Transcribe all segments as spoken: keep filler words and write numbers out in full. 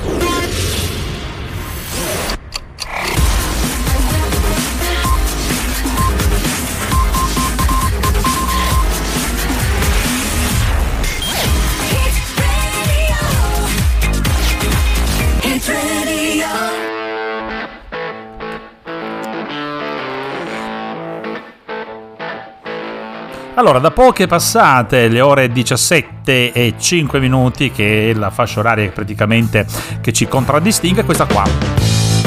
Allora, da poche passate le ore diciassette e cinque minuti, che è la fascia oraria praticamente che ci contraddistingue, questa qua.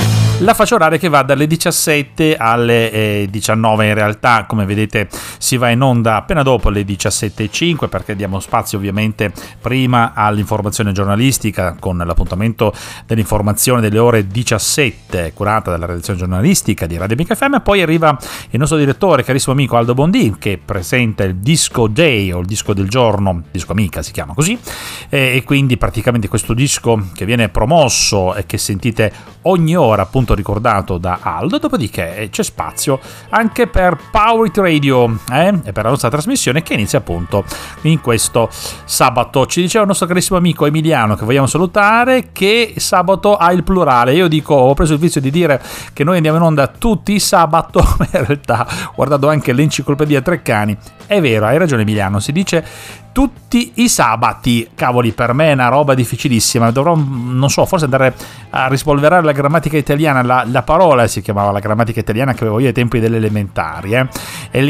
La fascia oraria che va dalle diciassette alle eh, diciannove, in realtà come vedete si va in onda appena dopo le diciassette e cinque, perché diamo spazio ovviamente prima all'informazione giornalistica con l'appuntamento dell'informazione delle ore diciassette curata dalla redazione giornalistica di Radio Amica F M. Poi arriva il nostro direttore, carissimo amico Aldo Bondin, che presenta il Disco Day o il disco del giorno, Disco Amica si chiama così, e, e quindi praticamente questo disco che viene promosso e che sentite ogni ora appunto ricordato da Aldo. Dopodiché c'è spazio anche per Power It Radio eh? e per la nostra trasmissione che inizia appunto in questo sabato. Ci diceva il nostro carissimo amico Emiliano, che vogliamo salutare, che sabato ha il plurale. Io dico, ho preso il vizio di dire che noi andiamo in onda tutti i sabato, ma in realtà guardando anche l'enciclopedia Treccani è vero, hai ragione Emiliano, si dice tutti i sabati. Cavoli, per me è una roba difficilissima, dovrò, non so, forse andare a rispolverare la grammatica italiana. La, la parola si chiamava la grammatica italiana che avevo io ai tempi delle elementari, eh? E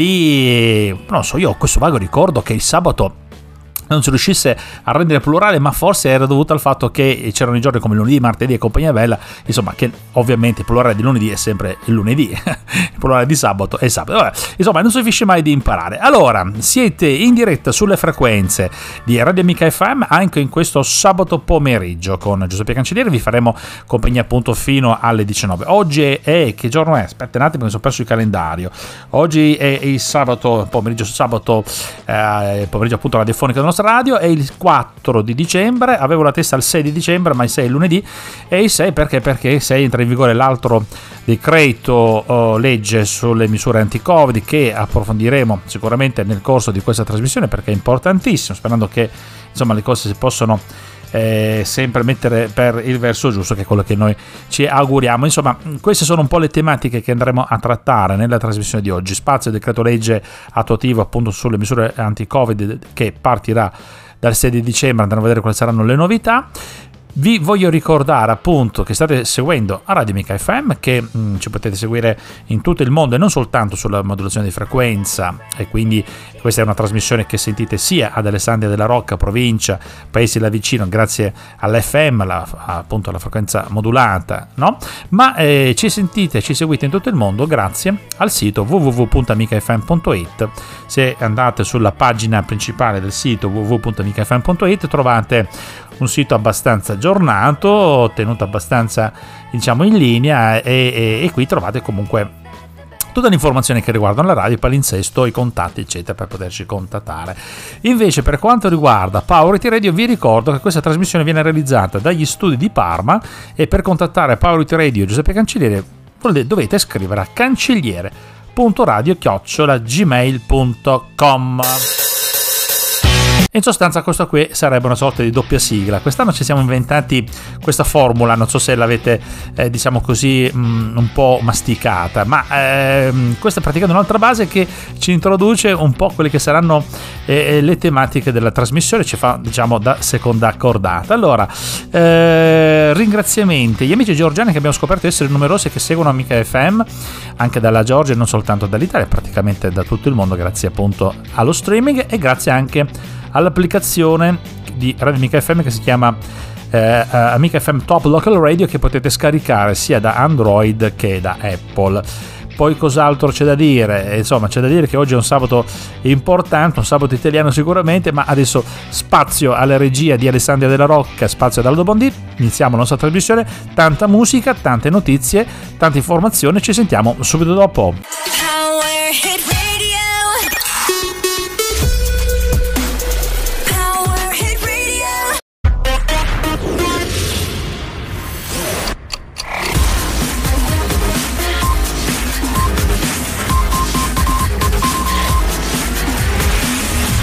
lì, non so, io ho questo vago ricordo che il sabato non si riuscisse a rendere plurale, ma forse era dovuto al fatto che c'erano i giorni come lunedì, martedì e compagnia bella, insomma, che ovviamente il plurale di lunedì è sempre il lunedì, il plurale di sabato è il sabato. Vabbè, insomma, non si finisce mai di imparare. Allora, siete in diretta sulle frequenze di Radio Amica F M anche in questo sabato pomeriggio con Giuseppe Cancellieri. Vi faremo compagnia appunto fino alle diciannove. Oggi è, è che giorno è? Aspetta un attimo, mi sono perso il calendario. Oggi è il sabato pomeriggio, sabato eh, pomeriggio appunto radiofonico della nostra radio, è il quattro di dicembre. Avevo la testa al sei di dicembre, ma il sei è lunedì, e il sei perché perché il sei entra in vigore l'altro decreto oh, legge sulle misure anti-Covid, che approfondiremo sicuramente nel corso di questa trasmissione, perché è importantissimo, sperando che insomma le cose si possano Eh, sempre mettere per il verso giusto, che è quello che noi ci auguriamo. Insomma, queste sono un po' le tematiche che andremo a trattare nella trasmissione di oggi. Spazio decreto legge attuativo appunto sulle misure anti-Covid, che partirà dal sei di dicembre. Andremo a vedere quali saranno le novità. Vi voglio ricordare appunto che state seguendo a Radio Amica F M, che mh, ci potete seguire in tutto il mondo e non soltanto sulla modulazione di frequenza, e quindi questa è una trasmissione che sentite sia ad Alessandria della Rocca, provincia, paesi là vicino, grazie all'F M, la, appunto alla frequenza modulata, no? Ma eh, ci sentite, ci seguite in tutto il mondo grazie al sito w w w punto amica f m punto i t. Se andate sulla pagina principale del sito w w w punto amica f m punto i t trovate un sito abbastanza aggiornato, tenuto abbastanza diciamo in linea, e, e, e qui trovate comunque tutte le informazioni che riguardano la radio, il palinsesto, i contatti eccetera per poterci contattare. Invece per quanto riguarda Power It Radio vi ricordo che questa trasmissione viene realizzata dagli studi di Parma, e per contattare Power It Radio Giuseppe Cancelliere dovete scrivere a cancelliere punto radio chiocciola gmail punto com. In sostanza questa qui sarebbe una sorta di doppia sigla. Quest'anno ci siamo inventati questa formula, non so se l'avete eh, diciamo così mh, un po' masticata, ma ehm, questa è praticamente un'altra base che ci introduce un po' quelle che saranno eh, le tematiche della trasmissione, ci fa diciamo da seconda cordata. Allora, eh, ringraziamenti agli amici georgiani che abbiamo scoperto essere numerosi e che seguono Amica F M anche dalla Georgia e non soltanto dall'Italia, praticamente da tutto il mondo, grazie appunto allo streaming e grazie anche all'applicazione di Radio Amica F M che si chiama eh, Amica F M Top Local Radio, che potete scaricare sia da Android che da Apple. Poi cos'altro c'è da dire? Insomma, c'è da dire che oggi è un sabato importante, un sabato italiano sicuramente, ma adesso spazio alla regia di Alessandria della Rocca, spazio ad Aldo Bondi. Iniziamo la nostra trasmissione, tanta musica, tante notizie, tante informazioni, ci sentiamo subito dopo.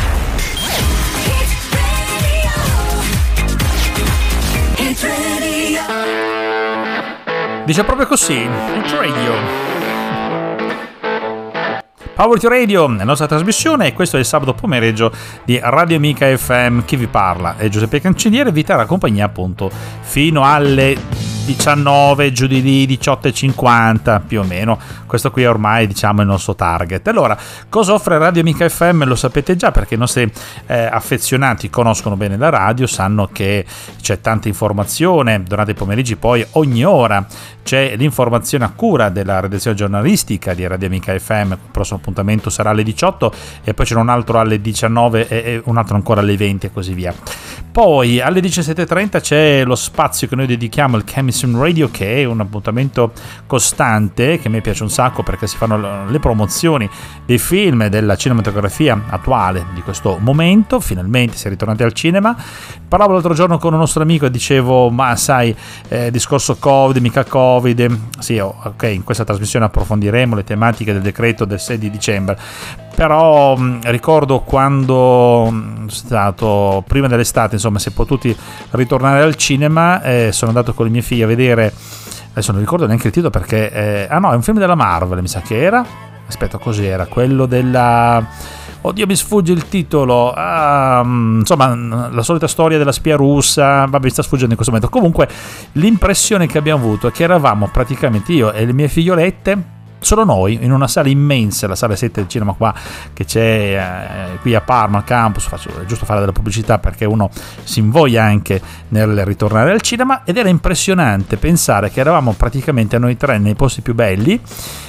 It's radio. Dice proprio così, Hit Radio. Power to Radio, la nostra trasmissione, e questo è il sabato pomeriggio di Radio Amica F M. Chi vi parla è Giuseppe Cancelliere, vi terrà compagnia appunto fino alle diciannove, giù di lì, diciotto e cinquanta più o meno. Questo qui è ormai, diciamo, il nostro target. Allora, cosa offre Radio Amica F M? Lo sapete già, perché i nostri eh, affezionati conoscono bene la radio, sanno che c'è tanta informazione durante i pomeriggi, poi ogni ora c'è l'informazione a cura della redazione giornalistica di Radio Amica F M. Il prossimo appuntamento sarà alle diciotto e poi c'è un altro alle diciannove e un altro ancora alle venti e così via. Poi alle diciassette e trenta c'è lo spazio che noi dedichiamo al Chemistry Radio, che è un appuntamento costante che a me piace un sacco, perché si fanno le promozioni dei film e della cinematografia attuale di questo momento. Finalmente si è ritornati al cinema. Parlavo l'altro giorno con un nostro amico e dicevo, ma sai, eh, discorso Covid, mica Covid. Sì, ok, in questa trasmissione approfondiremo le tematiche del decreto del sei di dicembre, però mh, ricordo quando mh, stato prima dell'estate, insomma, si è potuti ritornare al cinema, eh, sono andato con i miei figli a vedere, adesso non ricordo neanche il titolo perché eh, ah no, è un film della Marvel, mi sa che era, aspetta, cos'era? Quello della, oddio, mi sfugge il titolo, ah, insomma, la solita storia della spia russa, vabbè, mi sta sfuggendo in questo momento. Comunque l'impressione che abbiamo avuto è che eravamo praticamente io e le mie figliolette, solo noi, in una sala immensa, la sala sette del cinema qua che c'è eh, qui a Parma, al campus. Faccio, è giusto fare della pubblicità perché uno si invoglia anche nel ritornare al cinema, ed era impressionante pensare che eravamo praticamente noi tre nei posti più belli,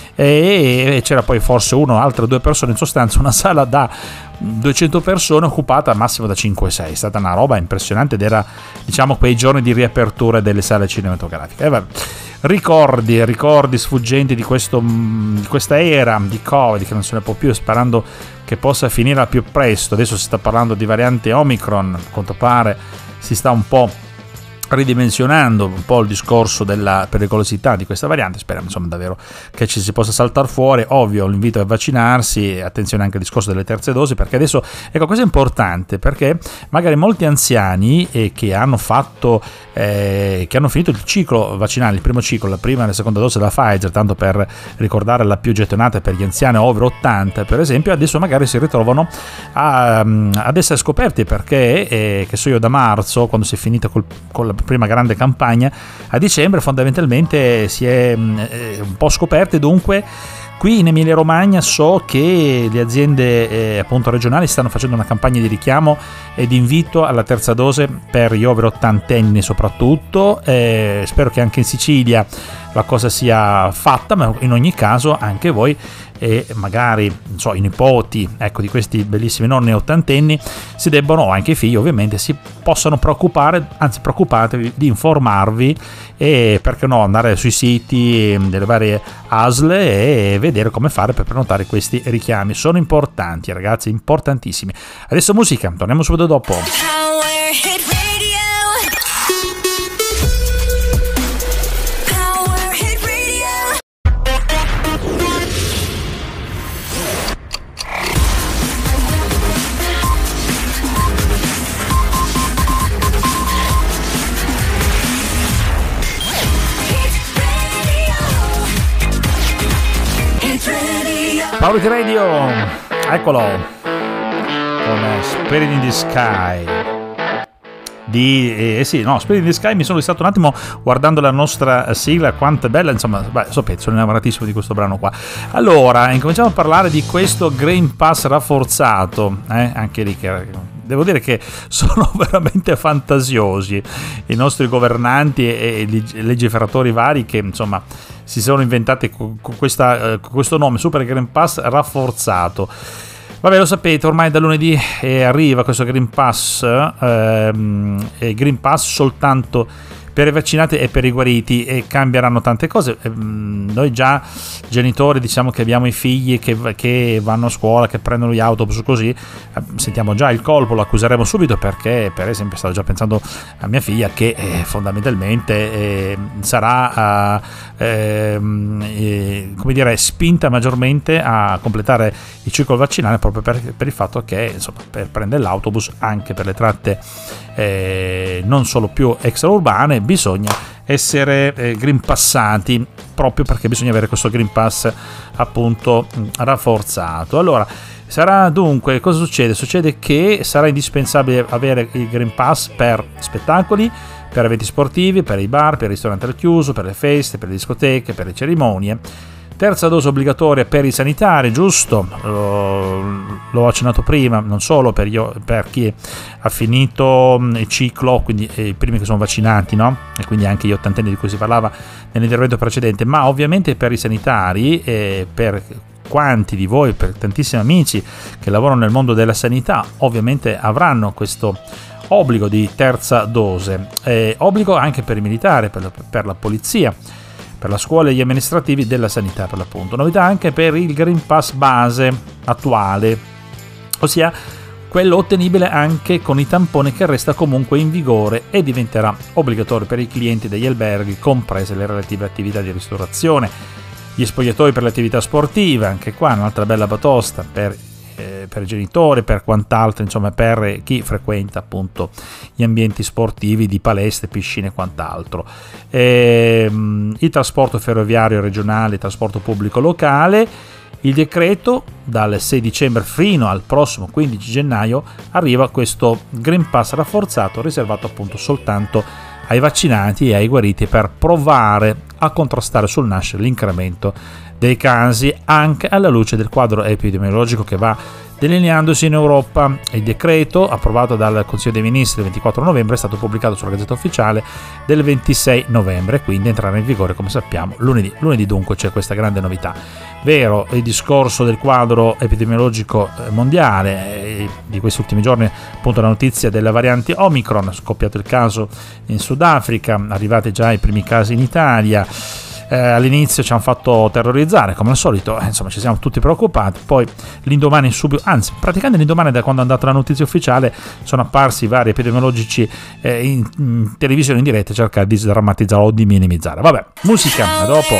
e c'era poi forse uno, altre due persone, in sostanza una sala da duecento persone occupata al massimo da cinque sei. È stata una roba impressionante ed era, diciamo, quei giorni di riapertura delle sale cinematografiche. E vabbè, ricordi, ricordi sfuggenti di, questo, di questa era di Covid che non se ne può più, sperando che possa finire al più presto. Adesso si sta parlando di variante Omicron, a quanto pare si sta un po' ridimensionando un po' il discorso della pericolosità di questa variante. Speriamo, insomma, davvero che ci si possa saltare fuori. Ovvio, l'invito è a vaccinarsi, attenzione anche al discorso delle terze dosi, perché adesso, ecco, questo è importante, perché magari molti anziani eh, che hanno fatto eh, che hanno finito il ciclo vaccinale, il primo ciclo, la prima e la seconda dose della Pfizer, tanto per ricordare la più gettonata per gli anziani over ottanta per esempio, adesso magari si ritrovano a, ad essere scoperti, perché eh, che so io, da marzo, quando si è finita col, con la prima grande campagna, a dicembre fondamentalmente si è eh, un po' scoperte. Dunque qui in Emilia Romagna so che le aziende eh, appunto regionali stanno facendo una campagna di richiamo e di invito alla terza dose per gli over ottantenni soprattutto. Eh, spero che anche in Sicilia la cosa sia fatta, ma in ogni caso anche voi e magari, non so, i nipoti, ecco, di questi bellissimi nonni ottantenni si debbano, anche i figli ovviamente, si possano preoccupare, anzi preoccupatevi di informarvi e, perché no, andare sui siti delle varie A S L e vedere come fare per prenotare questi richiami. Sono importanti, ragazzi, importantissimi. Adesso musica, torniamo subito dopo. Power Hit Radio. Power Hit Radio. Power Hit Radio, eccolo, con Spirit in the Sky di eh, sì, no, Spirit in the Sky. Mi sono distratto un attimo guardando la nostra sigla, quanto è bella, insomma, beh, sapete, sono innamoratissimo di questo brano qua. Allora, incominciamo a parlare di questo Green Pass rafforzato, eh? Anche lì che devo dire che sono veramente fantasiosi i nostri governanti e i legiferatori vari, che insomma si sono inventati con, questa, con questo nome, Super Green Pass rafforzato. Vabbè, lo sapete, ormai da lunedì eh, arriva questo Green Pass, ehm, e Green Pass soltanto per i vaccinati e per i guariti, e cambieranno tante cose. Noi già genitori, diciamo, che abbiamo i figli che, che vanno a scuola, che prendono gli autobus così, sentiamo già il colpo, lo accuseremo subito, perché per esempio stavo già pensando a mia figlia che eh, fondamentalmente eh, sarà eh, eh, come dire, spinta maggiormente a completare il ciclo vaccinale, proprio per, per il fatto che, insomma, per prendere l'autobus anche per le tratte eh, non solo più extraurbane bisogna essere eh, green passati, proprio perché bisogna avere questo green pass appunto rafforzato. Allora, sarà dunque, cosa succede? Succede che sarà indispensabile avere il green pass per spettacoli, per eventi sportivi, per i bar, per i ristoranti al chiuso, per le feste, per le discoteche, per le cerimonie. Terza dose obbligatoria per i sanitari, giusto? L'ho accennato prima, non solo per, io, per chi ha finito il ciclo, quindi i primi che sono vaccinati, no? E quindi anche gli ottantenni di cui si parlava nell'intervento precedente, ma ovviamente per i sanitari e per quanti di voi, per tantissimi amici che lavorano nel mondo della sanità, ovviamente avranno questo obbligo di terza dose. E obbligo anche per i militari, per la, per la polizia, per la scuola e gli amministrativi della sanità, per l'appunto. Novità anche per il Green Pass base attuale, ossia quello ottenibile anche con i tamponi, che resta comunque in vigore e diventerà obbligatorio per i clienti degli alberghi, comprese le relative attività di ristorazione, gli spogliatoi per le attività sportive, anche qua un'altra bella batosta per per i genitori, per quant'altro, insomma per chi frequenta appunto gli ambienti sportivi di palestre, piscine e quant'altro. E, il trasporto ferroviario regionale, il trasporto pubblico locale. Il decreto dal sei dicembre fino al prossimo quindici gennaio arriva questo Green Pass rafforzato, riservato appunto soltanto ai vaccinati e ai guariti, per provare a contrastare sul nascere l'incremento dei casi, anche alla luce del quadro epidemiologico che va delineandosi in Europa. Il decreto, approvato dal Consiglio dei Ministri il ventiquattro novembre, è stato pubblicato sulla Gazzetta Ufficiale del ventisei novembre, quindi entrerà in vigore, come sappiamo, lunedì. Lunedì dunque c'è questa grande novità. Vero il discorso del quadro epidemiologico mondiale, e di questi ultimi giorni appunto la notizia della variante Omicron, scoppiato il caso in Sudafrica, arrivati già i primi casi in Italia. Eh, all'inizio ci hanno fatto terrorizzare come al solito, eh, insomma ci siamo tutti preoccupati, poi l'indomani subito, anzi praticamente l'indomani, da quando è andata la notizia ufficiale, sono apparsi vari epidemiologici eh, in, in televisione in diretta a cercare di sdrammatizzare o di minimizzare. Vabbè, musica, a dopo.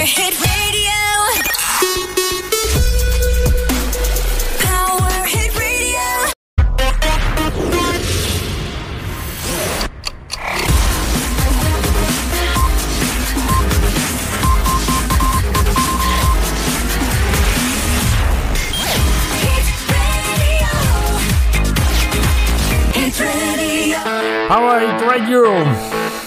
Power Hit Radio.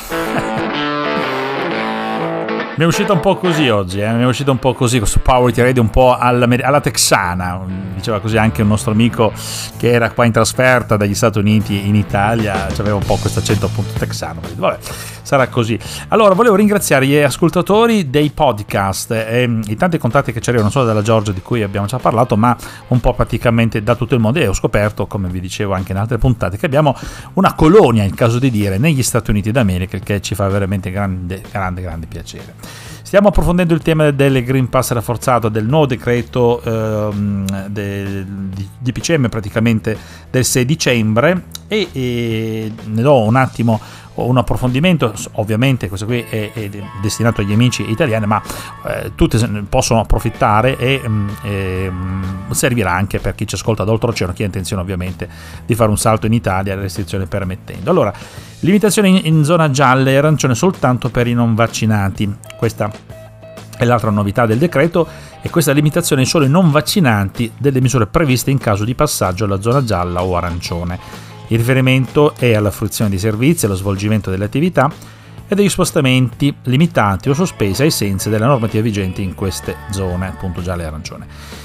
Mi è uscito un po' così oggi, eh? mi è uscito un po' così questo Power Hit Radio, un po' alla, alla texana, diceva così anche un nostro amico che era qua in trasferta dagli Stati Uniti in Italia, aveva un po' questo accento appunto texano. Vabbè, sarà così. Allora, volevo ringraziare gli ascoltatori dei podcast e i tanti contatti che ci arrivano, non solo dalla Georgia di cui abbiamo già parlato, ma un po' praticamente da tutto il mondo, e ho scoperto, come vi dicevo anche in altre puntate, che abbiamo una colonia, in caso di dire, negli Stati Uniti d'America, che ci fa veramente grande, grande, grande piacere. Stiamo approfondendo il tema del Green Pass rafforzato, del nuovo decreto ehm, del, di, di P C M praticamente del sei dicembre, e, e ne do un attimo un approfondimento. Ovviamente questo qui è, è destinato agli amici italiani, ma eh, tutti possono approfittare e, e servirà anche per chi ci ascolta da oltreoceano, chi ha intenzione ovviamente di fare un salto in Italia, le restrizioni permettendo. Allora, limitazioni in, in zona gialla e arancione soltanto per i non vaccinati. Questa è l'altra novità del decreto, e questa limitazione è solo ai non vaccinati delle misure previste in caso di passaggio alla zona gialla o arancione. Il riferimento è alla fruizione di servizi, allo svolgimento delle attività e degli spostamenti limitati o sospesi ai sensi della normativa vigente in queste zone, appunto gialle e arancione,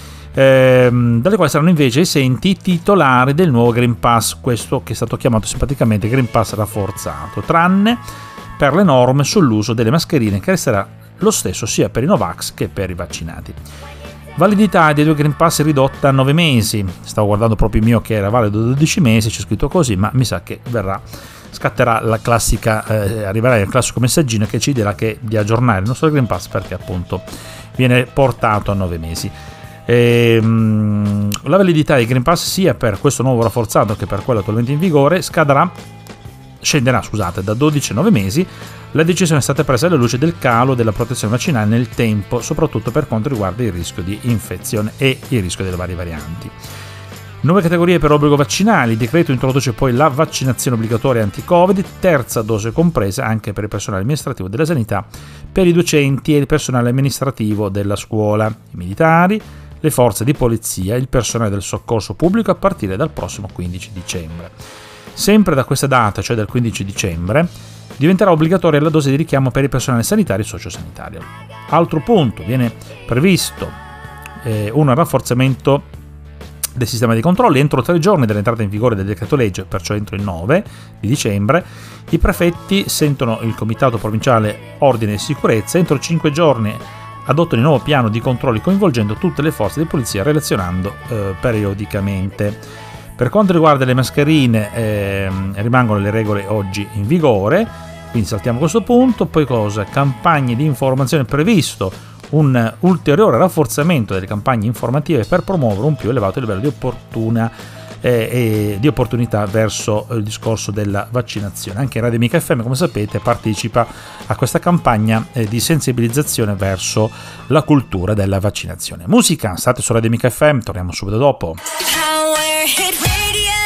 ehm, dalle quali saranno invece esenti i titolari del nuovo Green Pass, questo che è stato chiamato simpaticamente Green Pass rafforzato, tranne per le norme sull'uso delle mascherine, che resterà lo stesso sia per i Novax che per i vaccinati. Validità dei due Green Pass ridotta a nove mesi. Stavo guardando proprio il mio che era valido dodici mesi, c'è scritto così, ma mi sa che verrà, scatterà la classica, eh, arriverà il classico messaggino che ci dirà che di aggiornare il nostro Green Pass, perché appunto viene portato a nove mesi. E, mh, la validità dei Green Pass sia per questo nuovo rafforzato che per quello attualmente in vigore scadrà, scenderà scusate, da dodici a nove mesi. La decisione è stata presa alla luce del calo della protezione vaccinale nel tempo, soprattutto per quanto riguarda il rischio di infezione e il rischio delle varie varianti. Nuove categorie per obbligo vaccinali, il decreto introduce poi la vaccinazione obbligatoria anti-Covid, terza dose compresa anche per il personale amministrativo della sanità, per i docenti e il personale amministrativo della scuola, i militari, le forze di polizia, il personale del soccorso pubblico a partire dal prossimo quindici dicembre. Sempre da questa data, cioè dal quindici dicembre, diventerà obbligatoria la dose di richiamo per il personale sanitario e sociosanitario. Altro punto, viene previsto eh, un rafforzamento del sistema di controlli. Entro tre giorni dall'entrata in vigore del decreto legge, perciò entro il nove di dicembre, i prefetti sentono il Comitato Provinciale Ordine e Sicurezza, entro cinque giorni adottano il nuovo piano di controlli coinvolgendo tutte le forze di polizia, relazionando eh, periodicamente. Per quanto riguarda le mascherine, eh, rimangono le regole oggi in vigore, quindi saltiamo questo punto. Poi cosa? Campagne di informazione, previsto un ulteriore rafforzamento delle campagne informative per promuovere un più elevato livello di, opportuna, eh, e di opportunità verso il discorso della vaccinazione. Anche Radio Amica F M, come sapete, partecipa a questa campagna eh, di sensibilizzazione verso la cultura della vaccinazione. Musica, state su Radio Amica F M, torniamo subito dopo. Power Hit Radio.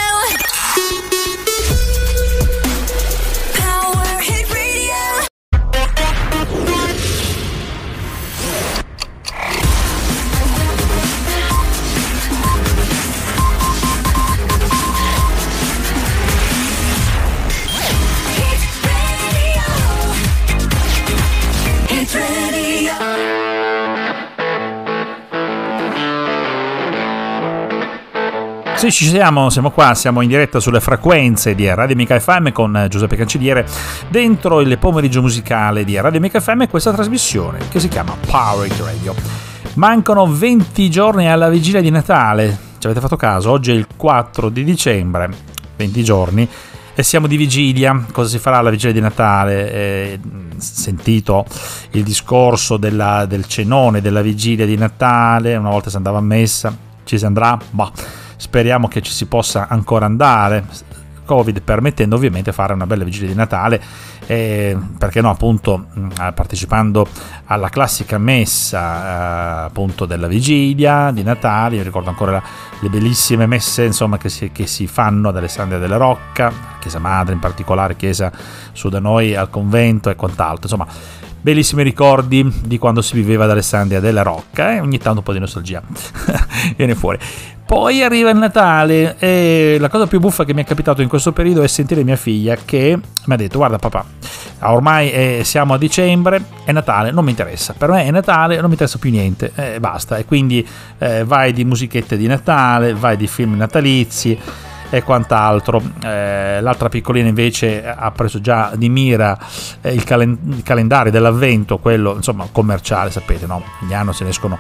Sì, ci siamo, siamo qua, siamo in diretta sulle frequenze di Radio Amica F M con Giuseppe Cancelliere dentro il pomeriggio musicale di Radio Amica F M, questa trasmissione che si chiama Power Radio. Mancano venti giorni alla vigilia di Natale, ci avete fatto caso? Oggi è il quattro di dicembre, venti giorni, e siamo di vigilia. Cosa si farà alla vigilia di Natale? Eh, sentito il discorso della, del cenone della vigilia di Natale, una volta si andava a messa, ci si andrà? Bah, speriamo che ci si possa ancora andare, Covid permettendo, ovviamente, fare una bella vigilia di Natale, eh, perché no, appunto, partecipando alla classica messa eh, appunto della vigilia di Natale. Io ricordo ancora la, le bellissime messe, insomma, che si, che si fanno ad Alessandria della Rocca, chiesa madre in particolare, chiesa su da noi al convento e quant'altro, insomma bellissimi ricordi di quando si viveva ad Alessandria della Rocca, e eh? ogni tanto un po' di nostalgia viene fuori. Poi arriva il Natale e la cosa più buffa che mi è capitato in questo periodo è sentire mia figlia che mi ha detto: guarda papà, ormai eh, siamo a dicembre, è Natale, non mi interessa, per me è Natale, non mi interessa più niente, eh, basta. E quindi eh, vai di musichette di Natale, vai di film natalizi e quant'altro. Eh, l'altra piccolina invece ha preso già di mira eh, il, calen- il calendario dell'avvento, quello insomma commerciale, sapete, no? Ogni anno se ne escono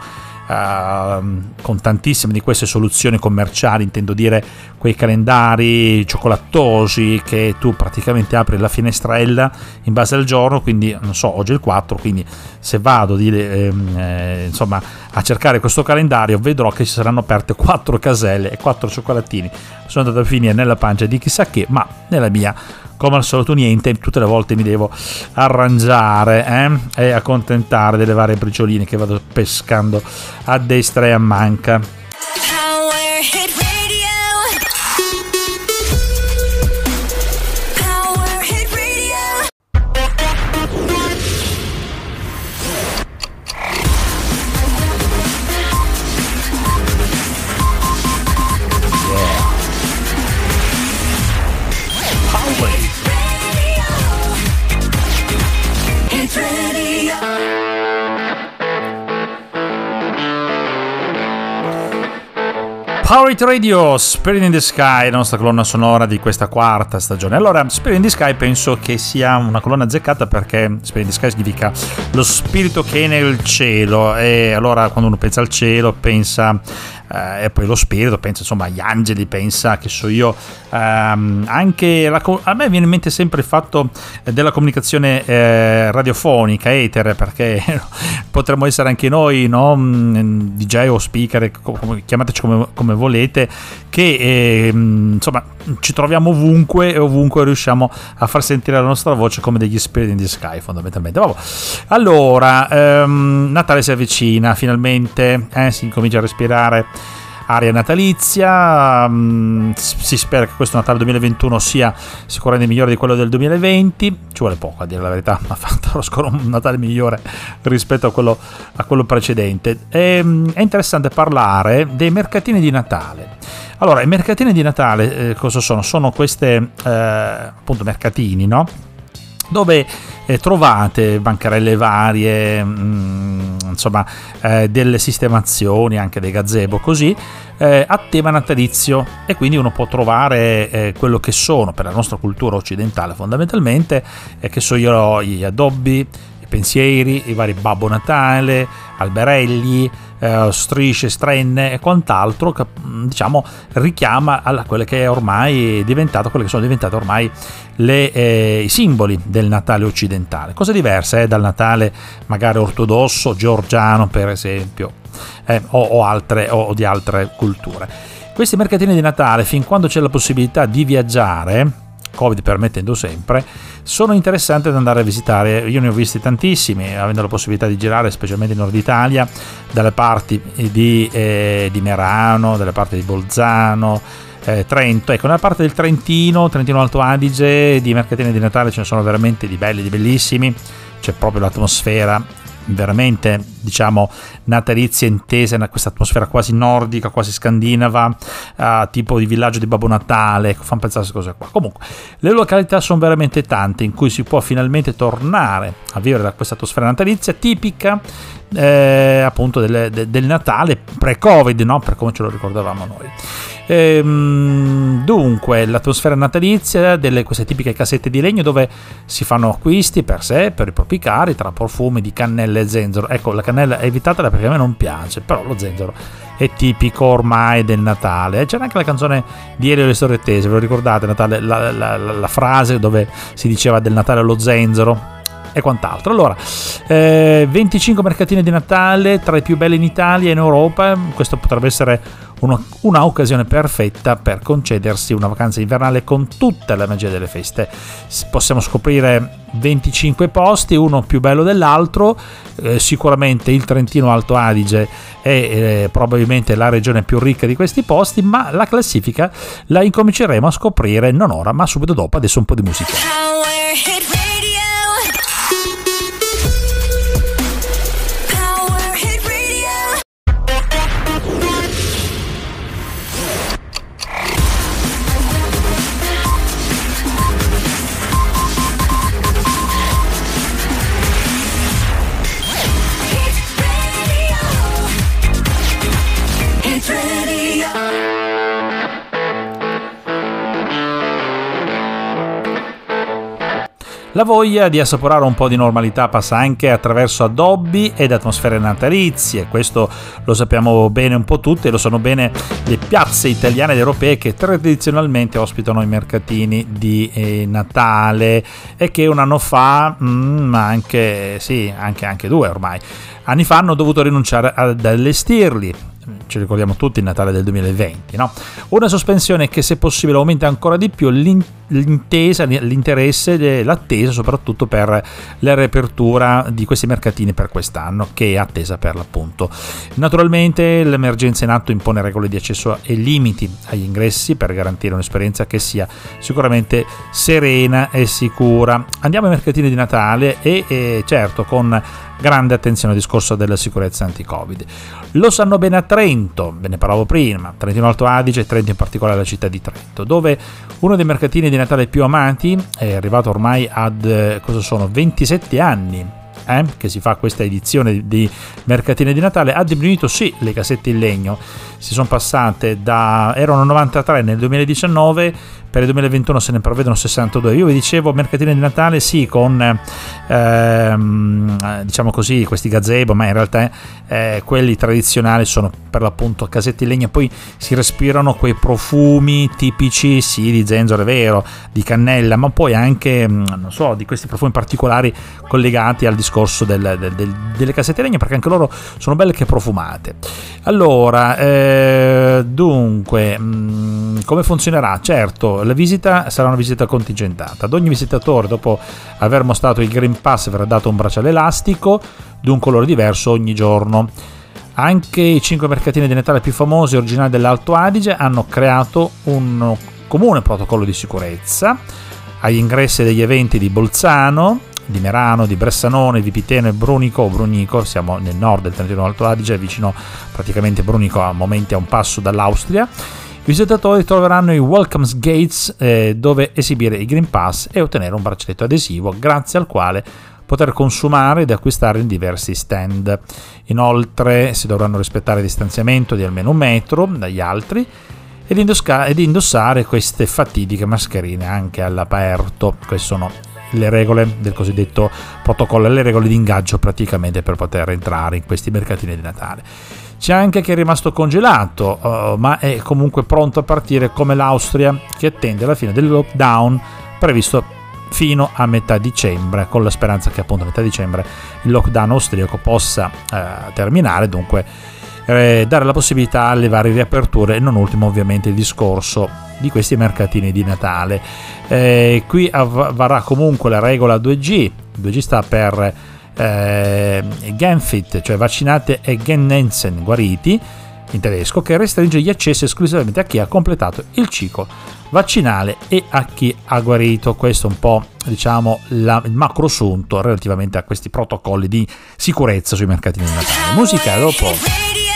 Uh, con tantissime di queste soluzioni commerciali, intendo dire quei calendari cioccolatosi che tu praticamente apri la finestrella in base al giorno. Quindi non so, oggi è il quattro, quindi se vado di, eh, eh, insomma a cercare questo calendario vedrò che ci saranno aperte quattro caselle e quattro cioccolatini sono andato a finire nella pancia di chissà che, ma nella mia, come al solito, niente. Tutte le volte mi devo arrangiare eh, e accontentare delle varie bricioline che vado pescando a destra e a manca. Power Hit Radio. Power Hit Radio. Yeah. Power Hit Radio. Power Hit Radio, Spirit in the Sky, la nostra colonna sonora di questa quarta stagione. Allora, Spirit in the Sky penso che sia una colonna azzeccata, perché Spirit in the Sky significa lo spirito che è nel cielo, e allora quando uno pensa al cielo pensa eh, e poi lo spirito pensa insomma agli angeli, pensa, che so io, ehm, anche la, a me viene in mente sempre il fatto della comunicazione eh, radiofonica, etere, perché potremmo essere anche noi, no, D J o speaker, chiamateci come, come volete, che eh, insomma ci troviamo ovunque e ovunque riusciamo a far sentire la nostra voce come degli Spirit in the Sky, fondamentalmente. Vabbè. Allora, ehm, Natale si avvicina finalmente, eh, si incomincia a respirare aria natalizia. Mh, si spera che questo Natale duemilaventuno sia sicuramente migliore di quello del duemilaventi. Ci vuole poco, a dire la verità, ha fatto lo scorso un Natale migliore rispetto a quello, a quello precedente. E, mh, è interessante parlare dei mercatini di Natale. Allora, i mercatini di Natale eh, cosa sono? Sono queste eh, appunto mercatini, no? Dove eh, trovate bancarelle varie, mh, insomma eh, delle sistemazioni, anche dei gazebo così, eh, a tema natalizio, e quindi uno può trovare eh, quello che sono per la nostra cultura occidentale fondamentalmente, eh, che so io, gli addobbi, i pensieri, i vari Babbo Natale, alberelli, eh, strisce, strenne e quant'altro che diciamo richiama a quelle che è ormai diventato, quelle che sono diventate ormai le, eh, i simboli del Natale occidentale. Cosa diversa eh, dal Natale magari ortodosso, georgiano per esempio, eh, o, o, altre, o di altre culture. Questi mercatini di Natale, fin quando c'è la possibilità di viaggiare, Covid permettendo sempre, sono interessanti da andare a visitare. Io ne ho visti tantissimi, avendo la possibilità di girare specialmente in Nord Italia, dalle parti di, eh, di Merano, dalle parti di Bolzano, eh, Trento. Ecco, nella parte del Trentino, Trentino Alto Adige, di mercatini di Natale ce ne sono veramente di belli, di bellissimi. C'è proprio l'atmosfera veramente, diciamo, natalizia intesa in questa atmosfera quasi nordica, quasi scandinava, uh, tipo di villaggio di Babbo Natale, ecco, fanno pensare a queste cose qua. Comunque, le località sono veramente tante in cui si può finalmente tornare a vivere questa atmosfera natalizia tipica eh, appunto del, del, del Natale pre-Covid, no? Per come ce lo ricordavamo noi. Ehm, dunque, l'atmosfera natalizia delle queste tipiche casette di legno dove si fanno acquisti per sé, per i propri cari, tra profumi di cannella e zenzero. Ecco, la cannella evitatela perché a me non piace, però lo zenzero è tipico ormai del Natale. C'era anche la canzone di Elio e le Sorrettese, ve lo ricordate? Natale, la, la, la, la frase dove si diceva del Natale allo zenzero e quant'altro. Allora, eh, venticinque mercatini di Natale, tra i più belli in Italia e in Europa. Questo potrebbe essere una, una occasione perfetta per concedersi una vacanza invernale con tutta la magia delle feste. Possiamo scoprire venticinque posti, uno più bello dell'altro. Eh, sicuramente il Trentino Alto Adige è eh, probabilmente la regione più ricca di questi posti, ma la classifica la incominceremo a scoprire non ora, ma subito dopo. Adesso un po' di musica. La voglia di assaporare un po' di normalità passa anche attraverso addobbi ed atmosfere natalizie. Questo lo sappiamo bene un po' tutti, e lo sanno bene le piazze italiane ed europee che tradizionalmente ospitano i mercatini di eh, Natale, e che un anno fa, mm, anche, sì, anche, anche due ormai, anni fa hanno dovuto rinunciare ad allestirli. Ci ricordiamo tutti il Natale del duemilaventi, no? Una sospensione che, se possibile, aumenta ancora di più l'intesa, l'interesse, l'attesa soprattutto per la riapertura di questi mercatini per quest'anno, che è attesa per l'appunto. Naturalmente l'emergenza in atto impone regole di accesso e limiti agli ingressi per garantire un'esperienza che sia sicuramente serena e sicura. Andiamo ai mercatini di Natale e, e certo con grande attenzione al discorso della sicurezza anti-Covid. Lo sanno bene a Trento, ve ne parlavo prima, Trentino Alto Adige e Trento, in particolare la città di Trento, dove uno dei mercatini di Natale più amati è arrivato ormai ad, cosa sono, ventisette anni eh, che si fa questa edizione di mercatini di Natale. Ha diminuito sì le casette in legno, si sono passate da, erano novantatré nel duemiladiciannove, per il duemilaventuno se ne prevedono sessantadue. Io vi dicevo mercatini di Natale sì con ehm, diciamo così questi gazebo, ma in realtà eh, quelli tradizionali sono per l'appunto casette in legno. Poi si respirano quei profumi tipici, sì, di zenzero, è vero, di cannella, ma poi anche non so, di questi profumi particolari collegati al discorso del, del, del, delle casette in legno, perché anche loro sono belle che profumate. Allora eh, dunque mh, come funzionerà? Certo, la visita sarà una visita contingentata. Ad ogni visitatore, dopo aver mostrato il Green Pass, verrà dato un bracciale elastico di un colore diverso ogni giorno. Anche i cinque mercatini di Natale più famosi e originali dell'Alto Adige hanno creato un comune protocollo di sicurezza agli ingressi degli eventi di Bolzano, di Merano, di Bressanone, di Piteno e Brunico o Brunico. Siamo nel nord del Trentino Alto Adige, vicino praticamente Brunico, a momenti a un passo dall'Austria. I visitatori troveranno i Welcome Gates eh, dove esibire i Green Pass e ottenere un braccialetto adesivo grazie al quale poter consumare ed acquistare in diversi stand. Inoltre si dovranno rispettare il distanziamento di almeno un metro dagli altri ed, indosca- ed indossare queste fatidiche mascherine anche all'aperto. Queste sono le regole del cosiddetto protocollo, le regole di ingaggio praticamente per poter entrare in questi mercatini di Natale. C'è anche chi è rimasto congelato, uh, ma è comunque pronto a partire, come l'Austria, che attende la fine del lockdown previsto fino a metà dicembre, con la speranza che appunto a metà dicembre il lockdown austriaco possa uh, terminare, dunque eh, dare la possibilità alle varie riaperture e non ultimo ovviamente il discorso di questi mercatini di Natale. Eh, qui av- varrà comunque la regola due G. due G sta per eh, Genfit, cioè vaccinate, e Genensen, guariti in tedesco, che restringe gli accessi esclusivamente a chi ha completato il ciclo vaccinale e a chi ha guarito. Questo è un po', diciamo, la, il macro assunto relativamente a questi protocolli di sicurezza sui mercatini di Natale. Musica dopo.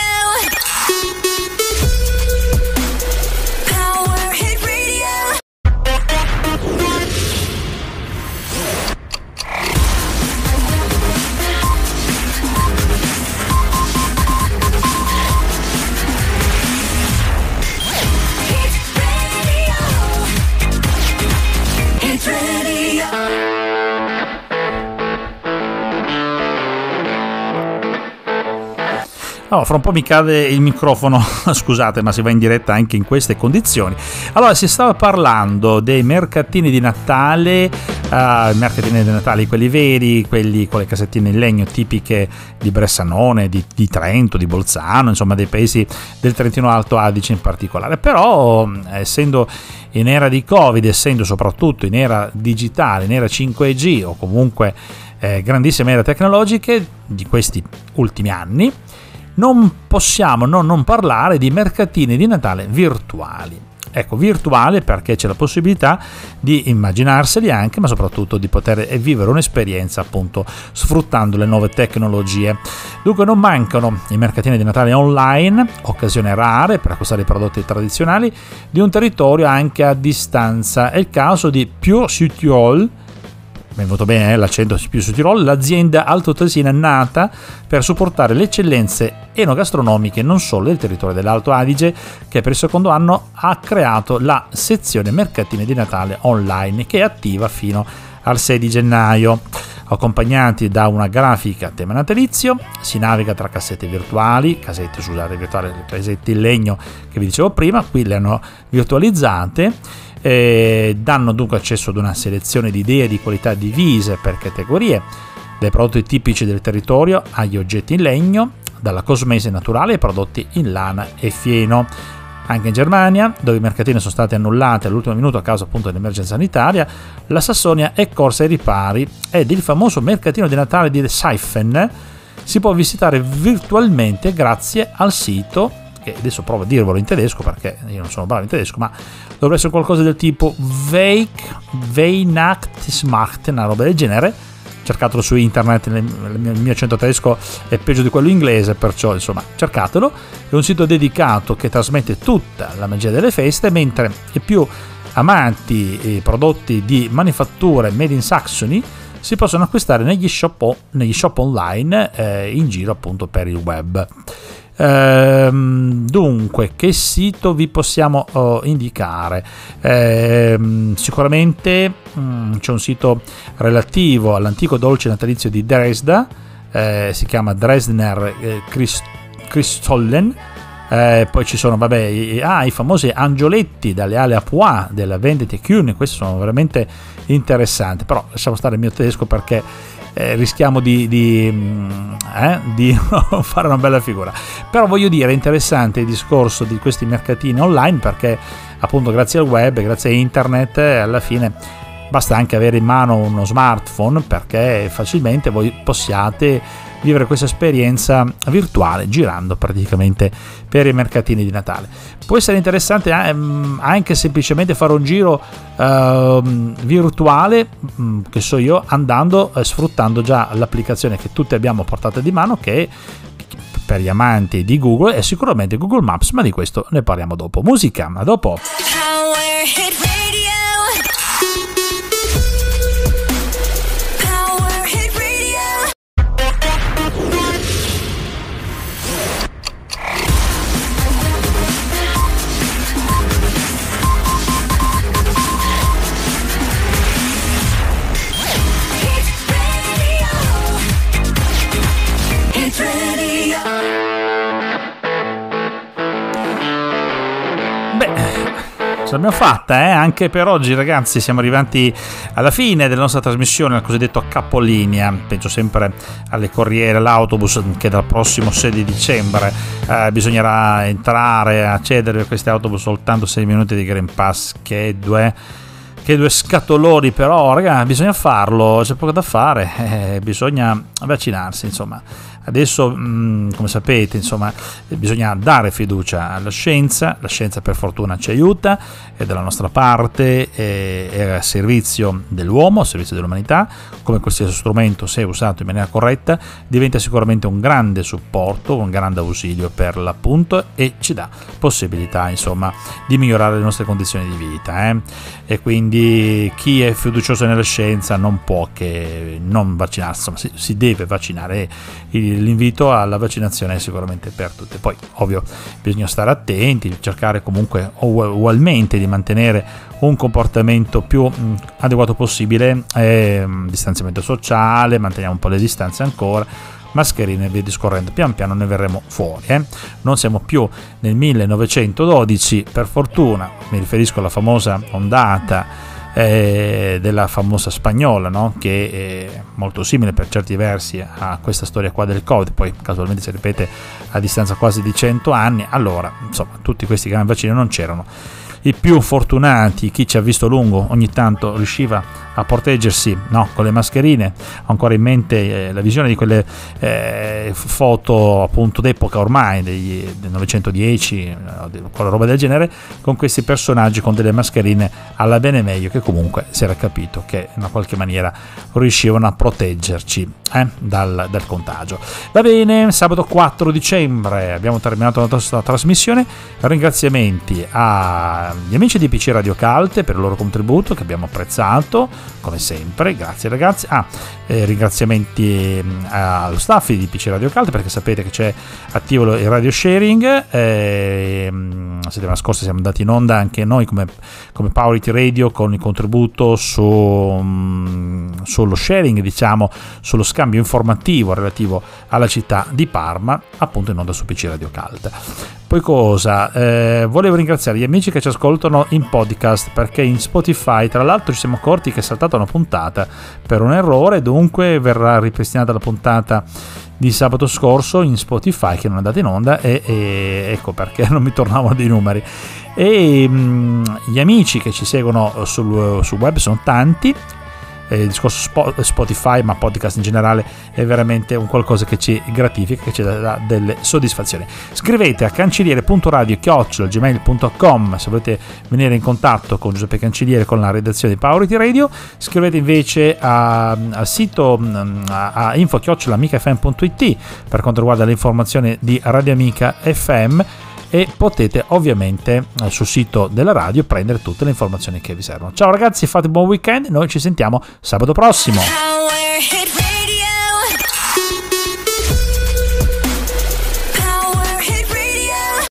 Oh, fra un po' mi cade il microfono, scusate, ma si va in diretta anche in queste condizioni. Allora, si stava parlando dei mercatini di Natale, uh, mercatini di Natale, quelli veri, quelli con le casettine in legno tipiche di Bressanone, di, di Trento, di Bolzano, insomma dei paesi del Trentino Alto Adige in particolare. Però, essendo in era di Covid, essendo soprattutto in era digitale, in era cinque G o comunque eh, grandissimeere tecnologiche di questi ultimi anni, non possiamo non, non parlare di mercatini di Natale virtuali. Ecco, virtuale perché c'è la possibilità di immaginarseli anche, ma soprattutto di poter vivere un'esperienza appunto sfruttando le nuove tecnologie. Dunque non mancano i mercatini di Natale online, occasioni rare per acquistare i prodotti tradizionali di un territorio anche a distanza. È il caso di Pure Südtirol. Mi è venuto bene eh, l'accento più su Tirol, l'azienda altoatesina nata per supportare le eccellenze enogastronomiche non solo del territorio dell'Alto Adige, che per il secondo anno ha creato la sezione mercatini di Natale online, che è attiva fino al sei di gennaio. Accompagnati da una grafica a tema natalizio, si naviga tra cassette virtuali, casette scusate virtuali, le casette in legno che vi dicevo prima, qui le hanno virtualizzate. Eh, danno dunque accesso ad una selezione di idee di qualità divise per categorie, dai prodotti tipici del territorio agli oggetti in legno, dalla cosmesi naturale ai prodotti in lana e fieno. Anche in Germania, dove i mercatini sono stati annullati all'ultimo minuto a causa appunto dell'emergenza sanitaria, la Sassonia è corsa ai ripari ed il famoso mercatino di Natale di Seifen si può visitare virtualmente grazie al sito, che adesso provo a dirvelo in tedesco perché io non sono bravo in tedesco, ma dovrebbe essere qualcosa del tipo Weik, Weihnachtsmarkt, una roba del genere. Cercatelo su internet, il mio accento tedesco è peggio di quello inglese, perciò insomma cercatelo. È un sito dedicato che trasmette tutta la magia delle feste, mentre i più amati prodotti di manifatture made in Saxony si possono acquistare negli shop, negli shop online eh, in giro appunto per il web. Ehm, dunque, che sito vi possiamo oh, indicare? Ehm, sicuramente mh, c'è un sito relativo all'antico dolce natalizio di Dresda, eh, si chiama Dresdner eh, Christ- Christollen. Eh, poi ci sono vabbè i, ah, i famosi angioletti dalle ali a pois della Vendite Kuhn. Questi sono veramente interessanti, però lasciamo stare il mio tedesco perché Eh, rischiamo di, di, eh, di fare una bella figura. Però voglio dire, è interessante il discorso di questi mercatini online perché appunto grazie al web, grazie a internet, alla fine basta anche avere in mano uno smartphone perché facilmente voi possiate vivere questa esperienza virtuale girando praticamente per i mercatini di Natale. Può essere interessante anche semplicemente fare un giro eh, virtuale, che so io, andando e sfruttando già l'applicazione che tutti abbiamo a portata di mano, che per gli amanti di Google è sicuramente Google Maps, ma di questo ne parliamo dopo. Musica, a dopo. Ce l'abbiamo fatta, eh? Anche per oggi, ragazzi. Siamo arrivati alla fine della nostra trasmissione, al cosiddetto capolinea. Penso sempre alle corriere, all'autobus, che dal prossimo sei di dicembre eh, bisognerà entrare, accedere a questi autobus soltanto sei minuti di Green Pass. Che due, che due scatoloni, però, ragazzi, bisogna farlo, c'è poco da fare, eh, bisogna vaccinarsi, insomma. Adesso, come sapete, insomma, bisogna dare fiducia alla scienza. La scienza per fortuna ci aiuta, è dalla nostra parte, è, è a servizio dell'uomo, a servizio dell'umanità. Come qualsiasi strumento, se usato in maniera corretta, diventa sicuramente un grande supporto, un grande ausilio per l'appunto, e ci dà possibilità, insomma, di migliorare le nostre condizioni di vita, eh? E quindi chi è fiducioso nella scienza non può che non vaccinarsi, insomma, si, si deve vaccinare. Il L'invito alla vaccinazione è sicuramente per tutte. Poi, ovvio, bisogna stare attenti, cercare comunque ugualmente di mantenere un comportamento più mh, adeguato possibile, eh, distanziamento sociale, manteniamo un po' le distanze ancora, mascherine e via discorrendo. Pian piano ne verremo fuori, eh? Non siamo più nel millenovecentododici, per fortuna. Mi riferisco alla famosa ondata Eh, della famosa spagnola, no? Che è molto simile per certi versi a questa storia qua del Covid, poi casualmente si ripete a distanza quasi di cento anni. Allora, insomma, tutti questi grandi vaccini non c'erano. I più fortunati, chi ci ha visto lungo, ogni tanto riusciva a proteggersi, no, con le mascherine. Ho ancora in mente eh, la visione di quelle eh, foto appunto d'epoca ormai degli, del novecentodieci, eh, quella roba del genere, con questi personaggi con delle mascherine alla bene meglio, che comunque si era capito che in una qualche maniera riuscivano a proteggerci eh, dal, dal contagio. Va bene, sabato quattro dicembre abbiamo terminato la nostra trasmissione. Ringraziamenti agli amici di P C Radio Calte per il loro contributo, che abbiamo apprezzato come sempre, grazie ragazzi. Ah, eh, ringraziamenti eh, allo staff di P C Radio Calte, perché sapete che c'è attivo il radio sharing. Eh, la settimana scorsa siamo andati in onda anche noi come, come Powerity Radio con il contributo su, um, sullo sharing, diciamo, sullo scambio informativo relativo alla città di Parma, appunto in onda su P C Radio Calte. Poi cosa? Eh, volevo ringraziare gli amici che ci ascoltano in podcast, perché in Spotify, tra l'altro, ci siamo accorti che è saltata una puntata per un errore, dunque verrà ripristinata la puntata di sabato scorso in Spotify, che non è andata in onda, e, e ecco perché non mi tornavano dei numeri. E mh, gli amici che ci seguono sul, sul web sono tanti. Il discorso Spotify, ma podcast in generale, è veramente un qualcosa che ci gratifica, che ci dà delle soddisfazioni. Scrivete a cancelliere punto radio chiocciola gmail punto com se volete venire in contatto con Giuseppe Cancelliere, con la redazione di Powerity Radio. Scrivete invece a, al sito a, a info chiocciola amica f m punto i t per quanto riguarda le informazioni di Radio Amica F M, e potete ovviamente sul sito della radio prendere tutte le informazioni che vi servono. Ciao ragazzi, fate un buon weekend, noi ci sentiamo sabato prossimo.